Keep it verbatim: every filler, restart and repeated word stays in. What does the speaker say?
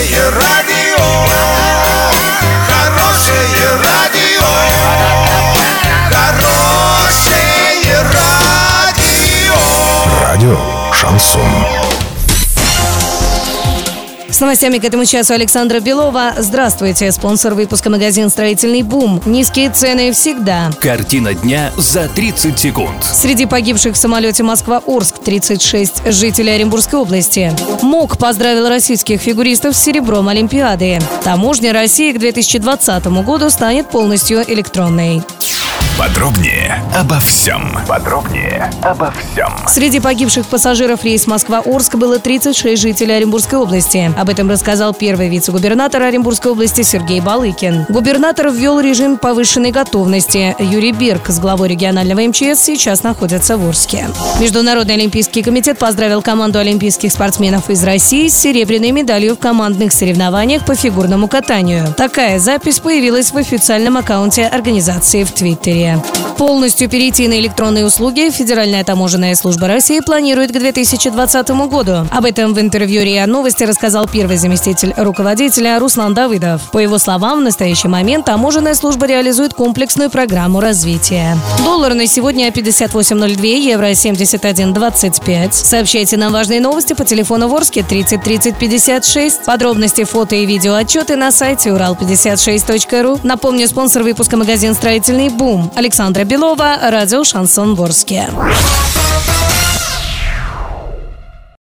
Хорошее радио, хорошее радио, хорошее радио. Радио Шансон. С новостями к этому часу Александра Белова. Здравствуйте. Спонсор выпуска — магазин «Строительный бум». Низкие цены всегда. Картина дня за тридцать секунд. Среди погибших в самолете Москва-Орск тридцать шесть жителей Оренбургской области. МОК поздравил российских фигуристов с серебром Олимпиады. Таможня России к две тысячи двадцатому году станет полностью электронной. Подробнее обо всем. Подробнее обо всем. Среди погибших пассажиров рейс Москва-Орск было тридцать шесть жителей Оренбургской области. Об этом рассказал первый вице-губернатор Оренбургской области Сергей Балыкин. Губернатор ввел режим повышенной готовности. Юрий Бирк с главой регионального эм че эс сейчас находится в Орске. Международный олимпийский комитет поздравил команду олимпийских спортсменов из России с серебряной медалью в командных соревнованиях по фигурному катанию. Такая запись появилась в официальном аккаунте организации в Твиттере. Полностью перейти на электронные услуги Федеральная таможенная служба России планирует к две тысячи двадцатому году. Об этом в интервью РИА Новости рассказал первый заместитель руководителя Руслан Давыдов. По его словам, в настоящий момент таможенная служба реализует комплексную программу развития. Доллар на сегодня пятьдесят восемь ноль два, евро семьдесят один двадцать пять. Сообщайте нам важные новости по телефону в Орске тридцать тридцать пятьдесят шесть. Подробности, фото и видео отчеты на сайте урал пятьдесят шесть точка ру. Напомню, спонсор выпуска — магазин «Строительный бум». Александра Белова, радио Шансон в Орске.